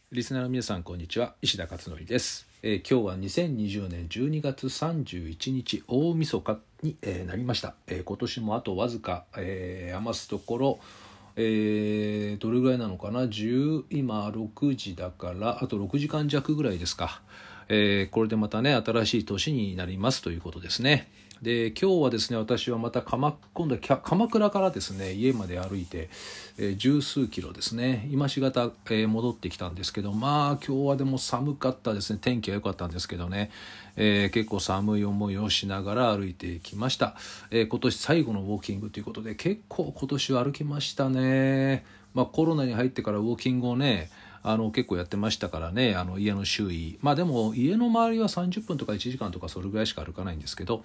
リスナーの皆さんこんにちは、石田勝則です。今日は2020年12月31日大晦日に、なりました。今年もあとわずか、余すところ、どれぐらいなのかな、今6時だからあと6時間弱ぐらいですか。これでまたね新しい年になりますということですね。で今日はですね、私はまた今度は鎌倉からですね家まで歩いて、十数キロですね今しがた、戻ってきたんですけど、今日はでも寒かったですね。天気は良かったんですけどね、結構寒い思いをしながら歩いてきました。今年最後のウォーキングということで結構今年は歩きましたね。コロナに入ってからウォーキングをね結構やってましたからね、家の周囲、でも家の周りは30分とか1時間とかそれぐらいしか歩かないんですけど、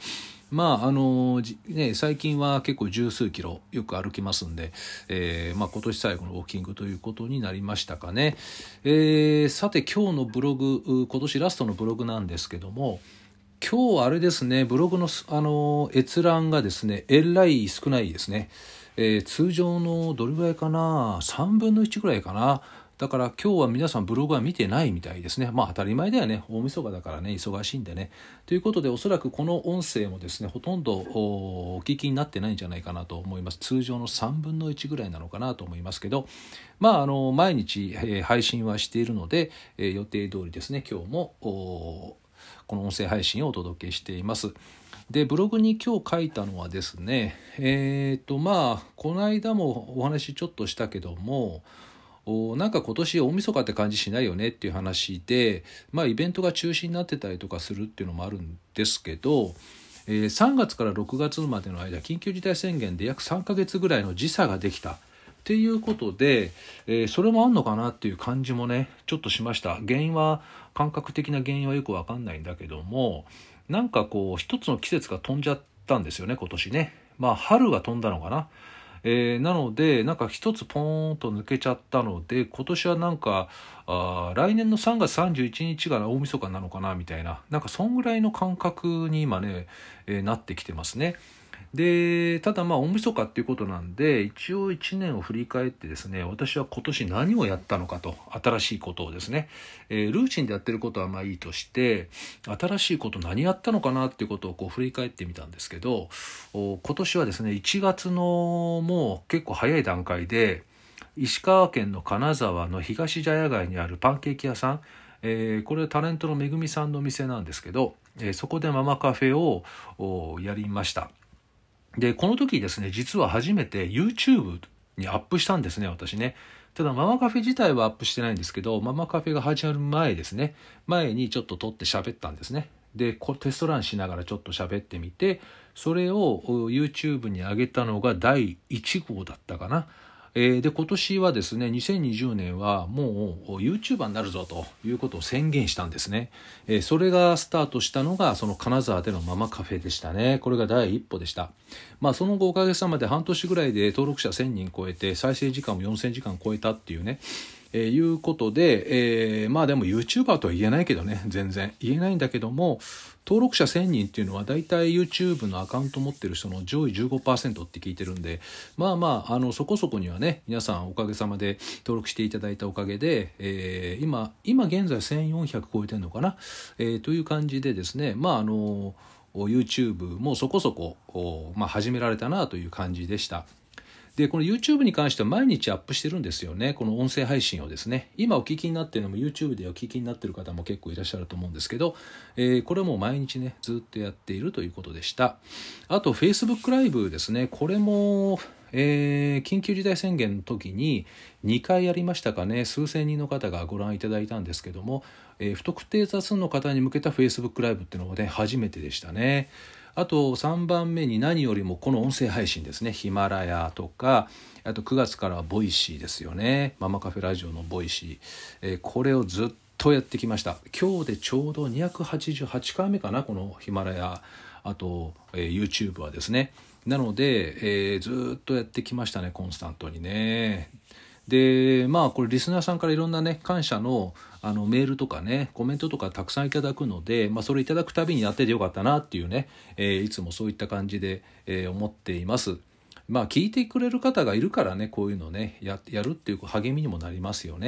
最近は結構十数キロよく歩きますんで、今年最後のウォーキングということになりましたかね。さて今日のブログ、今年ラストのブログなんですけども、今日はあれですね、ブログの、閲覧がですねえらい少ないですね。通常のどれぐらいかな、3分の1ぐらいかな。だから今日は皆さんブログは見てないみたいですね。当たり前だよね。大晦日だからね、忙しいんでね。ということでおそらくこの音声もですね、ほとんどお聞きになってないんじゃないかなと思います。通常の3分の1ぐらいなのかなと思いますけど、毎日、配信はしているので、予定通りですね、今日もこの音声配信をお届けしています。でブログに今日書いたのはですね、この間もお話ちょっとしたけども、なんか今年大晦日って感じしないよねっていう話で、イベントが中止になってたりとかするっていうのもあるんですけど、3月から6月までの間緊急事態宣言で約3ヶ月ぐらいの時差ができたっていうことで、それもあんのかなっていう感じもねちょっとしました。感覚的な原因はよく分かんないんだけども、なんかこう一つの季節が飛んじゃったんですよね今年ね。春が飛んだのかな。なのでなんか一つポーンと抜けちゃったので、今年はなんか来年の3月31日が大晦日なのかなみたいな、なんかそんぐらいの感覚に今ね、なってきてますね。でただ大晦日っていうことなんで、一応1年を振り返ってですね、私は今年何をやったのかと、新しいことをですね、ルーチンでやってることはいいとして、新しいこと何やったのかなっていうことを振り返ってみたんですけど、今年はですね1月のもう結構早い段階で石川県の金沢の東茶屋街にあるパンケーキ屋さん、これはタレントのめぐみさんのお店なんですけど、そこでママカフェをやりました。でこの時ですね、実は初めて YouTube にアップしたんですね私ね。ただママカフェ自体はアップしてないんですけど、ママカフェが始まる前ですね、前にちょっと撮って喋ったんですね。でテストランしながらちょっと喋ってみて、それを YouTube に上げたのが第1号だったかな。で今年はですね2020年はもう YouTuber になるぞということを宣言したんですね。それがスタートしたのがその金沢でのママカフェでしたね。これが第一歩でした。その後おかげさまで半年ぐらいで登録者1000人超えて、再生時間も4000時間超えたっていうね、いうことで、でも YouTuber とは言えないけどね、全然言えないんだけども、登録者1000人っていうのはだいたい YouTube のアカウント持ってる人の上位 15% って聞いてるんで、そこそこにはね皆さんおかげさまで登録していただいたおかげで、今現在1400超えてるのかな、という感じでですね、YouTube もそこそこ、始められたなという感じでした。でこの YouTube に関しては毎日アップしてるんですよね、この音声配信をですね。今お聞きになっているのも YouTube でお聞きになっている方も結構いらっしゃると思うんですけど、これも毎日ねずっとやっているということでした。あと Facebook ライブですね、これも、緊急事態宣言の時に2回やりましたかね。数千人の方がご覧いただいたんですけども、不特定多数の方に向けた Facebook ライブっていうのもね初めてでしたね。あと3番目に何よりもこの音声配信ですね。ヒマラヤとか、あと9月からはボイシーですよね。ママカフェラジオのボイシー、これをずっとやってきました。今日でちょうど288回目かな、このヒマラヤ、あと、YouTube はですね。なので、ずっとやってきましたね、コンスタントにね。でこれリスナーさんからいろんなね感謝のメールとかねコメントとかたくさんいただくので、それいただくたびにやっててよかったなっていうね、いつもそういった感じで、思っています。聞いてくれる方がいるからね、こういうのねやるっていう励みにもなりますよね。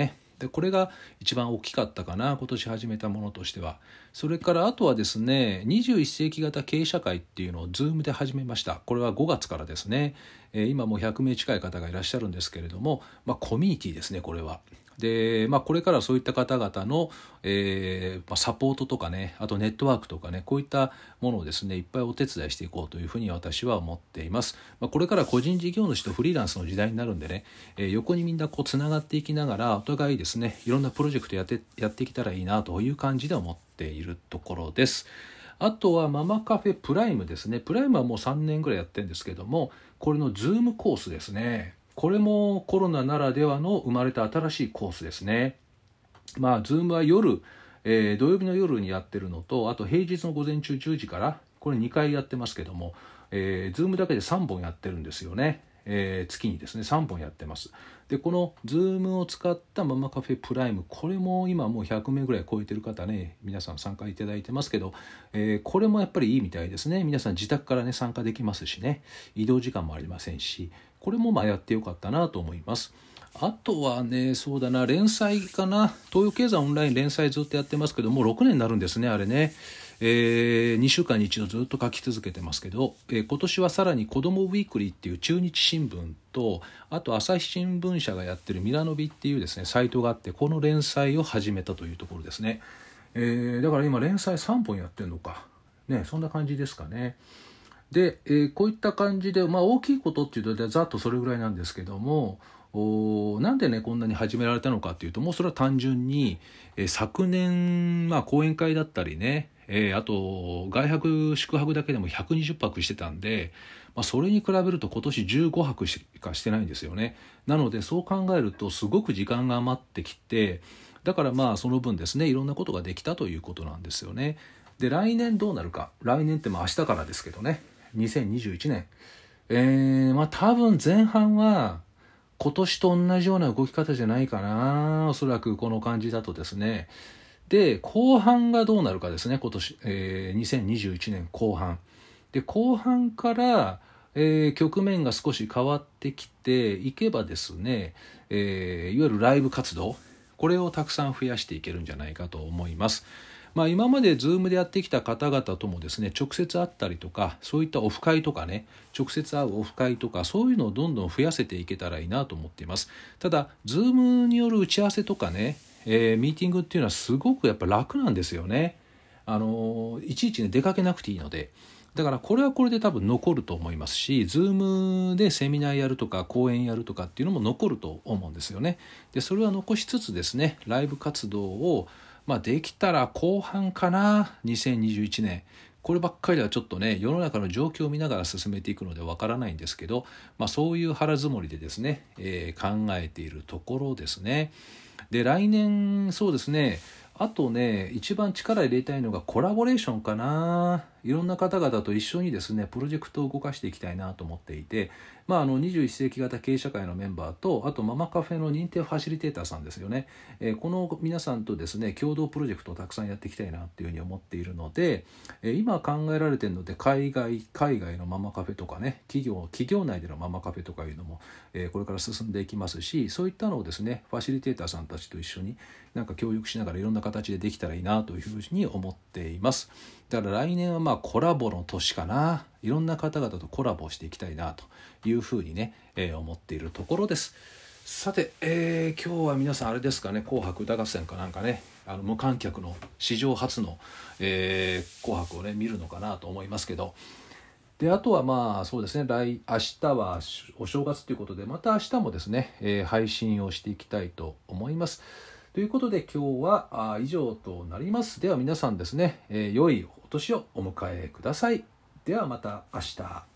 でこれが一番大きかったかな、今年始めたものとしては。それからあとはですね、21世紀型経営者会っていうのを Zoom で始めました。これは5月からですね。今もう100名近い方がいらっしゃるんですけれども、コミュニティですね、これは。でこれからそういった方々の、サポートとかね、あとネットワークとかね、こういったものをですねいっぱいお手伝いしていこうというふうに私は思っています。これから個人事業主とフリーランスの時代になるんでね、横にみんなこうつながっていきながらお互いですねいろんなプロジェクトやっていけたらいいなという感じで思っているところです。あとはママカフェプライムですね。プライムはもう3年ぐらいやってるんですけども、これのズームコースですね。これもコロナならではの生まれた新しいコースですね。Zoom は夜、土曜日の夜にやってるのと、あと平日の午前中10時から、これ2回やってますけども、Zoom だけで3本やってるんですよね。月にですね3本やってます。でこの Zoom を使ったママカフェプライム、これも今もう100名ぐらい超えてる方ね、皆さん参加いただいてますけど、これもやっぱりいいみたいですね。皆さん自宅からね参加できますしね、移動時間もありませんし、これもやってよかったなと思います。あとはね、そうだな、連載かな。東洋経済オンライン連載ずっとやってますけど、もう6年になるんですね、あれね。2週間に一度ずっと書き続けてますけど、今年はさらに子どもウィークリーっていう中日新聞と、あと朝日新聞社がやってるミラノビっていうですねサイトがあって、この連載を始めたというところですね。だから今連載3本やってるのかね、そんな感じですかね。で、こういった感じで、大きいことっていうとざっとそれぐらいなんですけども、なんでねこんなに始められたのかっていうと、もうそれは単純に、昨年、講演会だったりね、あと外泊宿泊だけでも120泊してたんで、それに比べると今年15泊しかしてないんですよね。なのでそう考えるとすごく時間が余ってきて、だからその分ですねいろんなことができたということなんですよね。で来年どうなるか、来年って明日からですけどね、2021年、多分前半は今年と同じような動き方じゃないかな、おそらくこの感じだとですね。で後半がどうなるかですね、今年、2021年後半で、後半から、局面が少し変わってきていけばですね、いわゆるライブ活動、これをたくさん増やしていけるんじゃないかと思います。今まで Zoom でやってきた方々ともですね直接会ったりとか、そういったオフ会とかね、直接会うオフ会とか、そういうのをどんどん増やせていけたらいいなと思っています。ただ Zoom による打ち合わせとかね、ミーティングっていうのはすごくやっぱ楽なんですよね。いちいちね出かけなくていいので、だからこれはこれで多分残ると思いますし、Zoom でセミナーやるとか講演やるとかっていうのも残ると思うんですよね。でそれは残しつつですね、ライブ活動をできたら後半かな、2021年。こればっかりはちょっとね世の中の状況を見ながら進めていくのでわからないんですけど、そういう腹積もりでですね、考えているところですね。で来年そうですね、あとね一番力入れたいのがコラボレーションかな。いろんな方々と一緒にですねプロジェクトを動かしていきたいなと思っていて、21世紀型経営者会のメンバーと、あとママカフェの認定ファシリテーターさんですよね、この皆さんとですね共同プロジェクトをたくさんやっていきたいなっていうふうに思っているので、今考えられているので海外のママカフェとかね、企業内でのママカフェとかいうのも、これから進んでいきますし、そういったのをですねファシリテーターさんたちと一緒に教育しながらいろんな形でできたらいいなというふうに思っています。だから来年はコラボの年かな。いろんな方々とコラボしていきたいなというふうにね、思っているところです。さて、今日は皆さんあれですかね、紅白歌合戦かなんかね、無観客の史上初の、紅白をね見るのかなと思いますけど、であとはそうですね、明日はお正月ということで、また明日もですね、配信をしていきたいと思います。ということで今日は以上となります。では皆さんですね、良いお年をお迎えください。ではまた明日。